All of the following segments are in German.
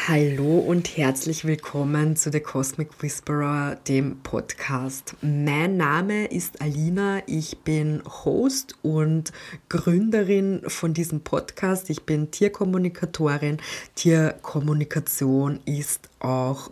Hallo und herzlich willkommen zu The Cosmic Whisperer, dem Podcast. Mein Name ist Alina, ich bin Host und Gründerin von diesem Podcast. Ich bin Tierkommunikatorin. Tierkommunikation ist auch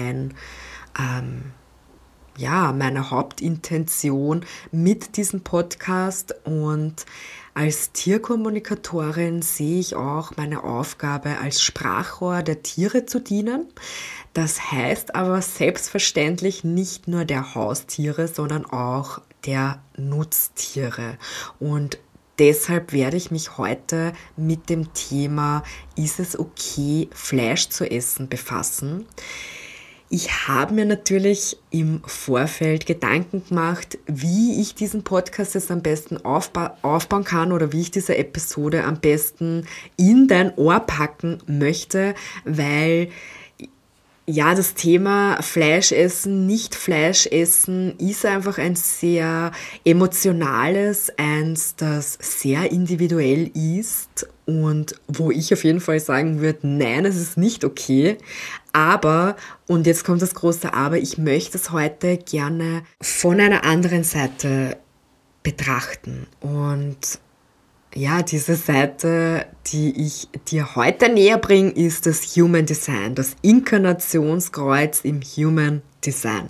meine Hauptintention mit diesem Podcast, und als Tierkommunikatorin sehe ich auch meine Aufgabe, als Sprachrohr der Tiere zu dienen. Das heißt aber selbstverständlich nicht nur der Haustiere, sondern auch der Nutztiere. Und deshalb werde ich mich heute mit dem Thema „Ist es okay, Fleisch zu essen?" befassen. Ich habe mir natürlich im Vorfeld Gedanken gemacht, wie ich diesen Podcast jetzt am besten aufbauen kann oder wie ich diese Episode am besten in dein Ohr packen möchte, weil ja, das Thema Fleisch essen, nicht Fleisch essen ist einfach ein sehr emotionales, eins, das sehr individuell ist und wo ich auf jeden Fall sagen würde, nein, es ist nicht okay. Aber, und jetzt kommt das große Aber, ich möchte es heute gerne von einer anderen Seite betrachten. Und ja, diese Seite, die ich dir heute näher bringe, ist das Human Design, das Inkarnationskreuz im Human Design.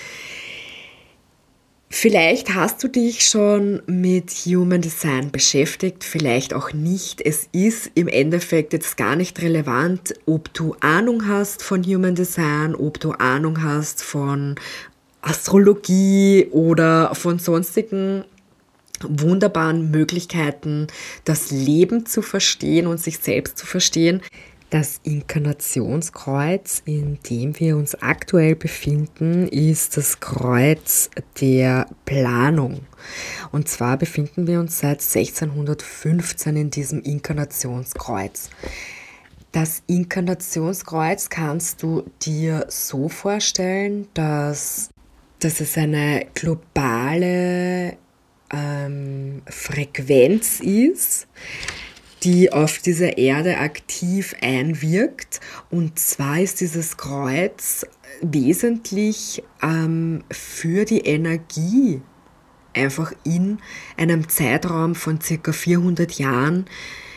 Vielleicht hast du dich schon mit Human Design beschäftigt, vielleicht auch nicht. Es ist im Endeffekt jetzt gar nicht relevant, ob du Ahnung hast von Human Design, ob du Ahnung hast von Astrologie oder von sonstigen wunderbaren Möglichkeiten, das Leben zu verstehen und sich selbst zu verstehen. Das Inkarnationskreuz, in dem wir uns aktuell befinden, ist das Kreuz der Planung. Und zwar befinden wir uns seit 1615 in diesem Inkarnationskreuz. Das Inkarnationskreuz kannst du dir so vorstellen, dass es eine globale Frequenz ist, die auf dieser Erde aktiv einwirkt. Und zwar ist dieses Kreuz wesentlich für die Energie einfach in einem Zeitraum von circa 400 Jahren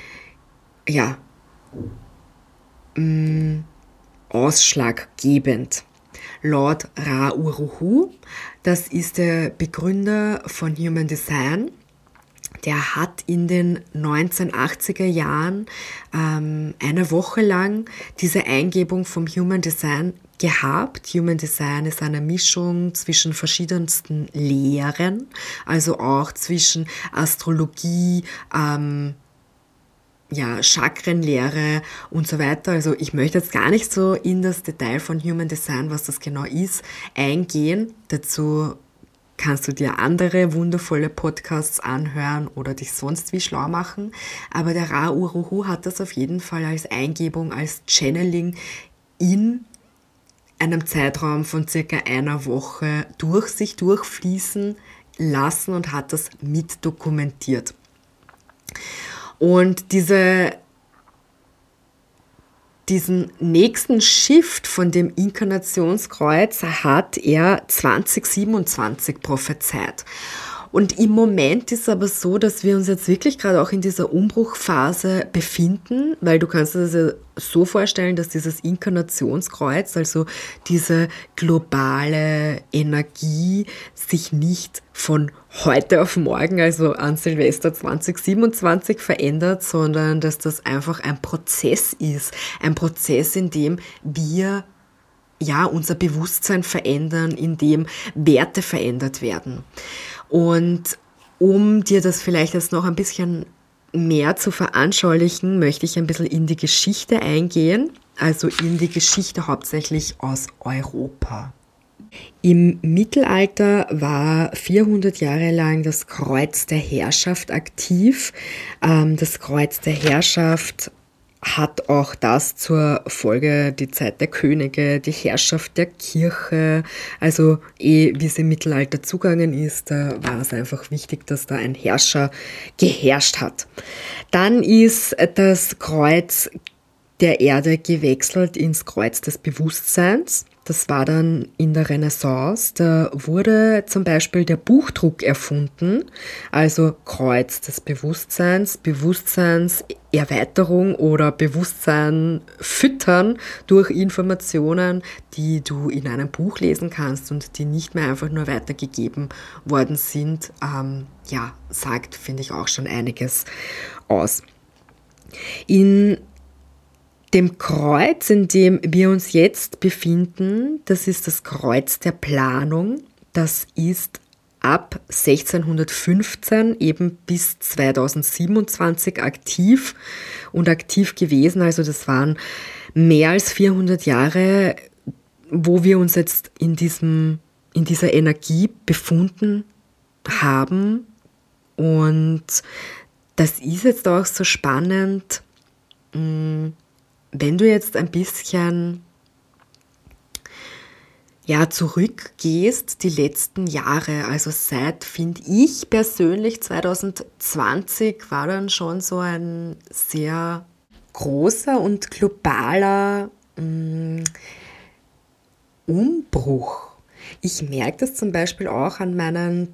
ausschlaggebend. Laut Ra Uru Hu, das ist der Begründer von Human Design, der hat in den 1980er Jahren eine Woche lang diese Eingebung vom Human Design gehabt. Human Design ist eine Mischung zwischen verschiedensten Lehren, also auch zwischen Astrologie, Chakrenlehre und so weiter. Also ich möchte jetzt gar nicht so in das Detail von Human Design, was das genau ist, eingehen. Dazu kannst du dir andere wundervolle Podcasts anhören oder dich sonst wie schlau machen. Aber der Ra Uru Hu hat das auf jeden Fall als Eingebung, als Channeling in einem Zeitraum von circa einer Woche durch sich durchfließen lassen und hat das mit dokumentiert. Und diesen nächsten Shift von dem Inkarnationskreuz hat er 2027 prophezeit. Und im Moment ist es aber so, dass wir uns jetzt wirklich gerade auch in dieser Umbruchphase befinden, weil du kannst dir das ja so vorstellen, dass dieses Inkarnationskreuz, also diese globale Energie, sich nicht von heute auf morgen, also an Silvester 2027 verändert, sondern dass das einfach ein Prozess ist. Ein Prozess, in dem wir unser Bewusstsein verändern, in dem Werte verändert werden. Und um dir das vielleicht jetzt noch ein bisschen mehr zu veranschaulichen, möchte ich ein bisschen in die Geschichte eingehen, also in die Geschichte hauptsächlich aus Europa. Im Mittelalter war 400 Jahre lang das Kreuz der Herrschaft aktiv. Das Kreuz der Herrschaft hat auch das zur Folge, die Zeit der Könige, die Herrschaft der Kirche, also wie es im Mittelalter zugangen ist, da war es einfach wichtig, dass da ein Herrscher geherrscht hat. Dann ist das Kreuz der Erde gewechselt ins Kreuz des Bewusstseins. Das war dann in der Renaissance. Da wurde zum Beispiel der Buchdruck erfunden, also Kreuz des Bewusstseins, Bewusstseinserweiterung oder Bewusstsein füttern durch Informationen, die du in einem Buch lesen kannst und die nicht mehr einfach nur weitergegeben worden sind. Sagt, finde ich, auch schon einiges aus. In dem Kreuz, in dem wir uns jetzt befinden, das ist das Kreuz der Planung. Das ist ab 1615 eben bis 2027 aktiv gewesen. Also das waren mehr als 400 Jahre, wo wir uns jetzt in dieser Energie befunden haben. Und das ist jetzt auch so spannend, wenn du jetzt ein bisschen zurückgehst, die letzten Jahre, also seit, finde ich persönlich, 2020 war dann schon so ein sehr großer und globaler Umbruch. Ich merke das zum Beispiel auch an meinen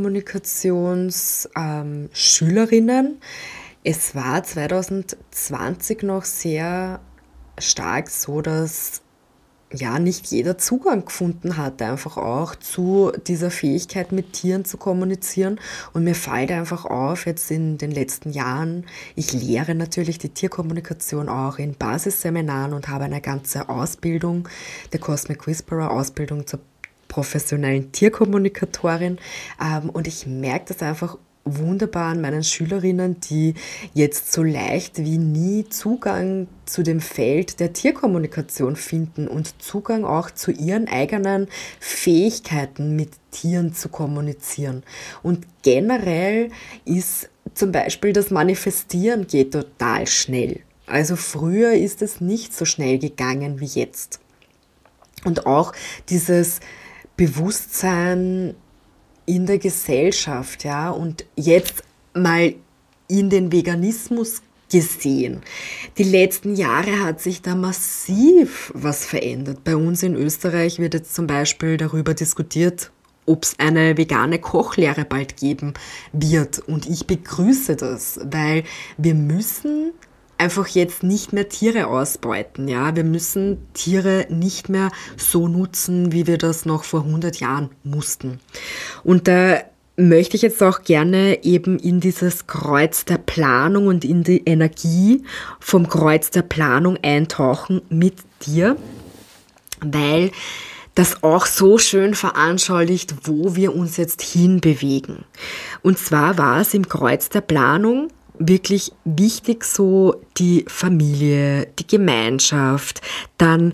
Tierkommunikationsschülerinnen. Es war 2020 noch sehr stark so, dass nicht jeder Zugang gefunden hat, einfach auch zu dieser Fähigkeit, mit Tieren zu kommunizieren. Und mir fällt einfach auf, jetzt in den letzten Jahren, ich lehre natürlich die Tierkommunikation auch in Basisseminaren und habe eine ganze Ausbildung, der Cosmic Whisperer, Ausbildung zur professionellen Tierkommunikatorin. Und ich merke das einfach wunderbar an meinen Schülerinnen, die jetzt so leicht wie nie Zugang zu dem Feld der Tierkommunikation finden und Zugang auch zu ihren eigenen Fähigkeiten, mit Tieren zu kommunizieren. Und generell ist zum Beispiel das Manifestieren geht total schnell. Also früher ist es nicht so schnell gegangen wie jetzt. Und auch dieses Bewusstsein in der Gesellschaft, und jetzt mal in den Veganismus gesehen. Die letzten Jahre hat sich da massiv was verändert. Bei uns in Österreich wird jetzt zum Beispiel darüber diskutiert, ob es eine vegane Kochlehre bald geben wird. Und ich begrüße das, weil wir müssen einfach jetzt nicht mehr Tiere ausbeuten. Wir müssen Tiere nicht mehr so nutzen, wie wir das noch vor 100 Jahren mussten. Und da möchte ich jetzt auch gerne eben in dieses Kreuz der Planung und in die Energie vom Kreuz der Planung eintauchen mit dir, weil das auch so schön veranschaulicht, wo wir uns jetzt hinbewegen. Und zwar war es im Kreuz der Planung wirklich wichtig, so die Familie, die Gemeinschaft, dann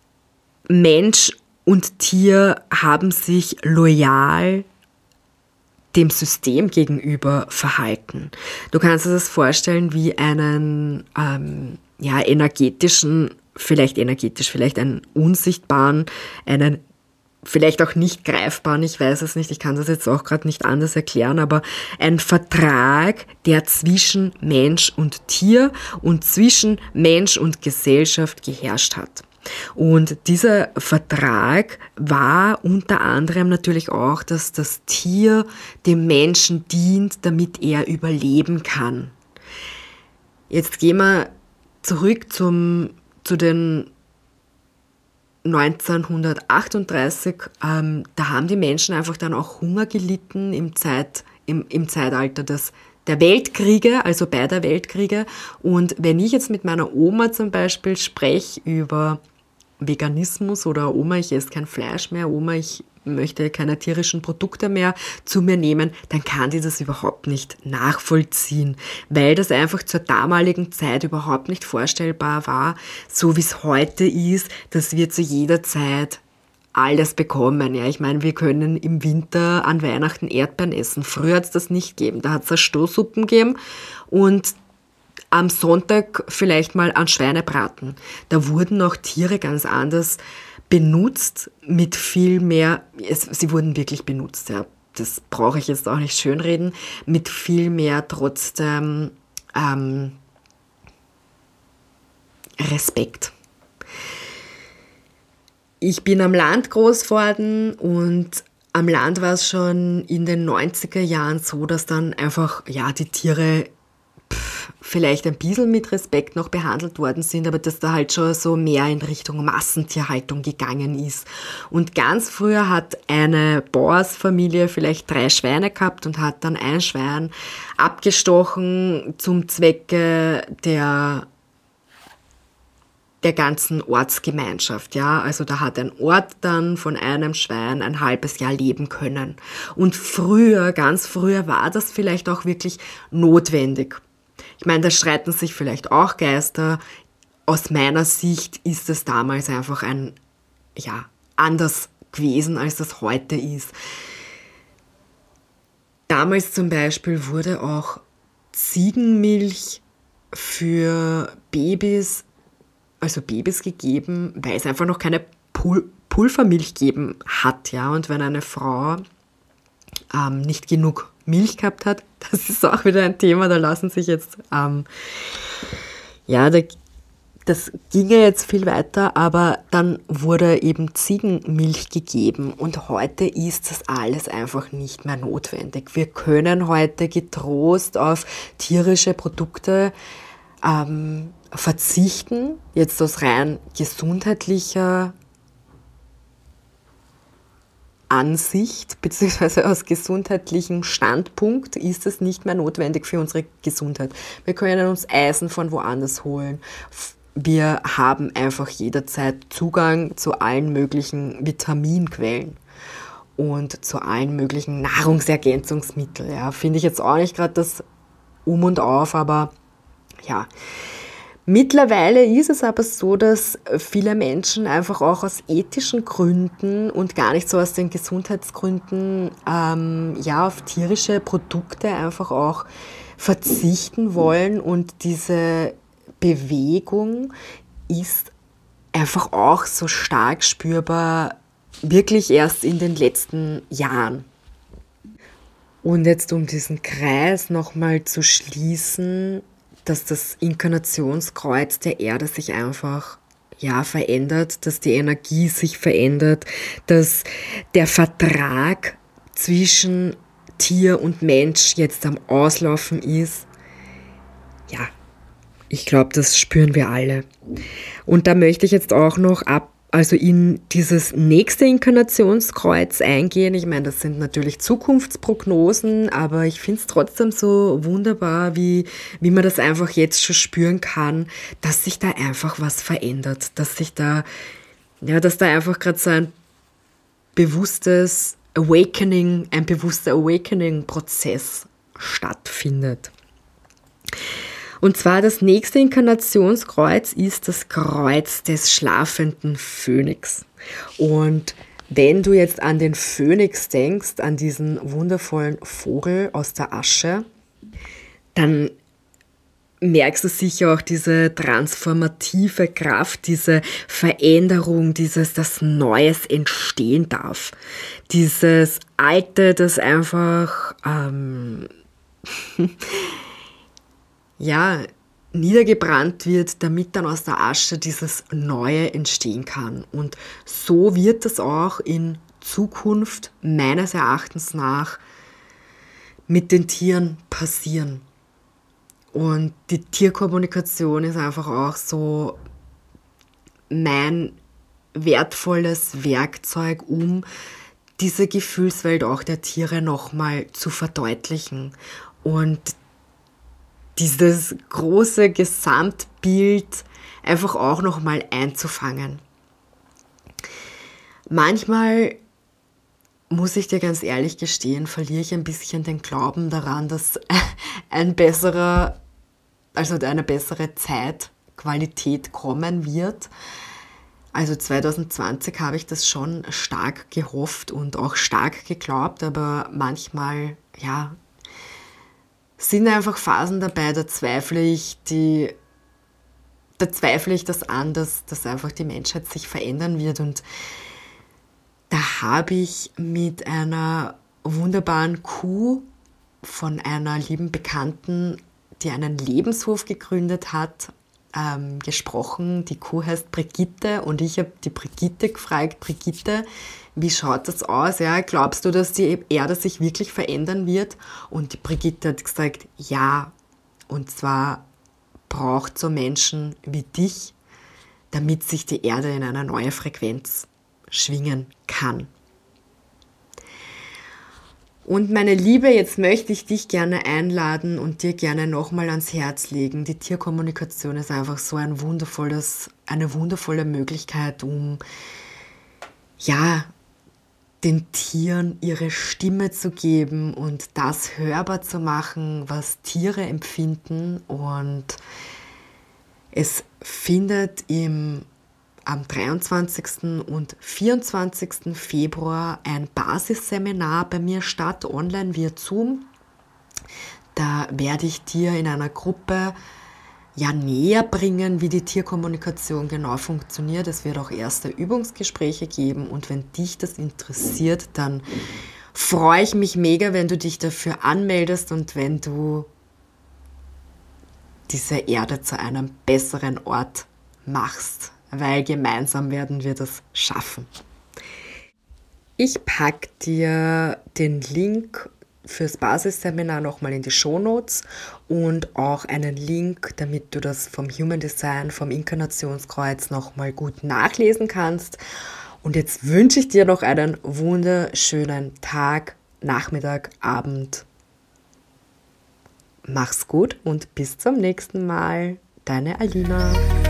Mensch und Tier haben sich loyal dem System gegenüber verhalten. Du kannst dir das vorstellen wie einen energetischen, vielleicht einen unsichtbaren, einen vielleicht auch nicht greifbaren, ich weiß es nicht, ich kann das jetzt auch gerade nicht anders erklären, aber ein Vertrag, der zwischen Mensch und Tier und zwischen Mensch und Gesellschaft geherrscht hat. Und dieser Vertrag war unter anderem natürlich auch, dass das Tier dem Menschen dient, damit er überleben kann. Jetzt gehen wir zurück zu den 1938, da haben die Menschen einfach dann auch Hunger gelitten im Zeitalter der Weltkriege, also beider Weltkriege. Und wenn ich jetzt mit meiner Oma zum Beispiel spreche über Veganismus oder Oma, ich esse kein Fleisch mehr, Oma, ich möchte keine tierischen Produkte mehr zu mir nehmen, dann kann die das überhaupt nicht nachvollziehen, weil das einfach zur damaligen Zeit überhaupt nicht vorstellbar war, so wie es heute ist, dass wir zu jeder Zeit alles bekommen. Ich meine, wir können im Winter an Weihnachten Erdbeeren essen. Früher hat es das nicht gegeben. Da hat es Stoßsuppen gegeben und am Sonntag vielleicht mal an Schweinebraten. Da wurden auch Tiere ganz anders benutzt, mit viel mehr, sie wurden wirklich benutzt, das brauche ich jetzt auch nicht schönreden, mit viel mehr trotzdem Respekt. Ich bin am Land groß geworden und am Land war es schon in den 90er Jahren so, dass dann einfach die Tiere vielleicht ein bisschen mit Respekt noch behandelt worden sind, aber dass da halt schon so mehr in Richtung Massentierhaltung gegangen ist. Und ganz früher hat eine Bauersfamilie vielleicht 3 Schweine gehabt und hat dann ein Schwein abgestochen zum Zwecke der ganzen Ortsgemeinschaft, ja. Also da hat ein Ort dann von einem Schwein ein halbes Jahr leben können. Und früher, ganz früher war das vielleicht auch wirklich notwendig. Ich meine, da streiten sich vielleicht auch Geister. Aus meiner Sicht ist es damals einfach anders gewesen, als das heute ist. Damals zum Beispiel wurde auch Ziegenmilch für Babys gegeben, weil es einfach noch keine Pulvermilch gegeben hat, ja. Und wenn eine Frau nicht genug Milch gehabt hat, das ist auch wieder ein Thema, da lassen sich jetzt, das ginge jetzt viel weiter, aber dann wurde eben Ziegenmilch gegeben und heute ist das alles einfach nicht mehr notwendig. Wir können heute getrost auf tierische Produkte verzichten, jetzt aus rein gesundheitlicher Ansicht bzw. aus gesundheitlichem Standpunkt ist es nicht mehr notwendig für unsere Gesundheit. Wir können uns Eisen von woanders holen. Wir haben einfach jederzeit Zugang zu allen möglichen Vitaminquellen und zu allen möglichen Nahrungsergänzungsmitteln. Ja, finde ich jetzt auch nicht gerade das Um und Auf, aber ja. Mittlerweile ist es aber so, dass viele Menschen einfach auch aus ethischen Gründen und gar nicht so aus den Gesundheitsgründen auf tierische Produkte einfach auch verzichten wollen und diese Bewegung ist einfach auch so stark spürbar, wirklich erst in den letzten Jahren. Und jetzt um diesen Kreis nochmal zu schließen, dass das Inkarnationskreuz der Erde sich einfach verändert, dass die Energie sich verändert, dass der Vertrag zwischen Tier und Mensch jetzt am Auslaufen ist. Ja, ich glaube, das spüren wir alle. Und da möchte ich jetzt auch noch in dieses nächste Inkarnationskreuz eingehen. Ich meine, das sind natürlich Zukunftsprognosen, aber ich finde es trotzdem so wunderbar, wie man das einfach jetzt schon spüren kann, dass sich da einfach was verändert, dass da einfach gerade so ein bewusster Awakening-Prozess stattfindet. Und zwar das nächste Inkarnationskreuz ist das Kreuz des schlafenden Phönix. Und wenn du jetzt an den Phönix denkst, an diesen wundervollen Vogel aus der Asche, dann merkst du sicher auch diese transformative Kraft, diese Veränderung, dass Neues entstehen darf. Dieses Alte, das einfach niedergebrannt wird, damit dann aus der Asche dieses Neue entstehen kann. Und so wird das auch in Zukunft meines Erachtens nach mit den Tieren passieren. Und die Tierkommunikation ist einfach auch so mein wertvolles Werkzeug, um diese Gefühlswelt auch der Tiere nochmal zu verdeutlichen und dieses große Gesamtbild einfach auch nochmal einzufangen. Manchmal, muss ich dir ganz ehrlich gestehen, verliere ich ein bisschen den Glauben daran, dass eine bessere Zeitqualität kommen wird. Also 2020 habe ich das schon stark gehofft und auch stark geglaubt, aber manchmal, sind einfach Phasen dabei, da zweifle ich das an, dass einfach die Menschheit sich verändern wird. Und da habe ich mit einer wunderbaren Kuh von einer lieben Bekannten, die einen Lebenshof gegründet hat, gesprochen. Die Kuh heißt Brigitte und ich habe die Brigitte gefragt, Brigitte, wie schaut das aus? Ja, glaubst du, dass die Erde sich wirklich verändern wird? Und die Brigitte hat gesagt, ja. Und zwar braucht so Menschen wie dich, damit sich die Erde in eine neue Frequenz schwingen kann. Und meine Liebe, jetzt möchte ich dich gerne einladen und dir gerne nochmal ans Herz legen. Die Tierkommunikation ist einfach so eine wundervolle Möglichkeit, um den Tieren ihre Stimme zu geben und das hörbar zu machen, was Tiere empfinden. Und es findet am 23. und 24. Februar ein Basisseminar bei mir statt, online via Zoom. Da werde ich dir in einer Gruppe näher bringen, wie die Tierkommunikation genau funktioniert. Es wird auch erste Übungsgespräche geben und wenn dich das interessiert, dann freue ich mich mega, wenn du dich dafür anmeldest und wenn du diese Erde zu einem besseren Ort machst, weil gemeinsam werden wir das schaffen. Ich packe dir den Link fürs Basisseminar nochmal in die Shownotes und auch einen Link, damit du das vom Human Design, vom Inkarnationskreuz nochmal gut nachlesen kannst. Und jetzt wünsche ich dir noch einen wunderschönen Tag, Nachmittag, Abend. Mach's gut und bis zum nächsten Mal. Deine Alina.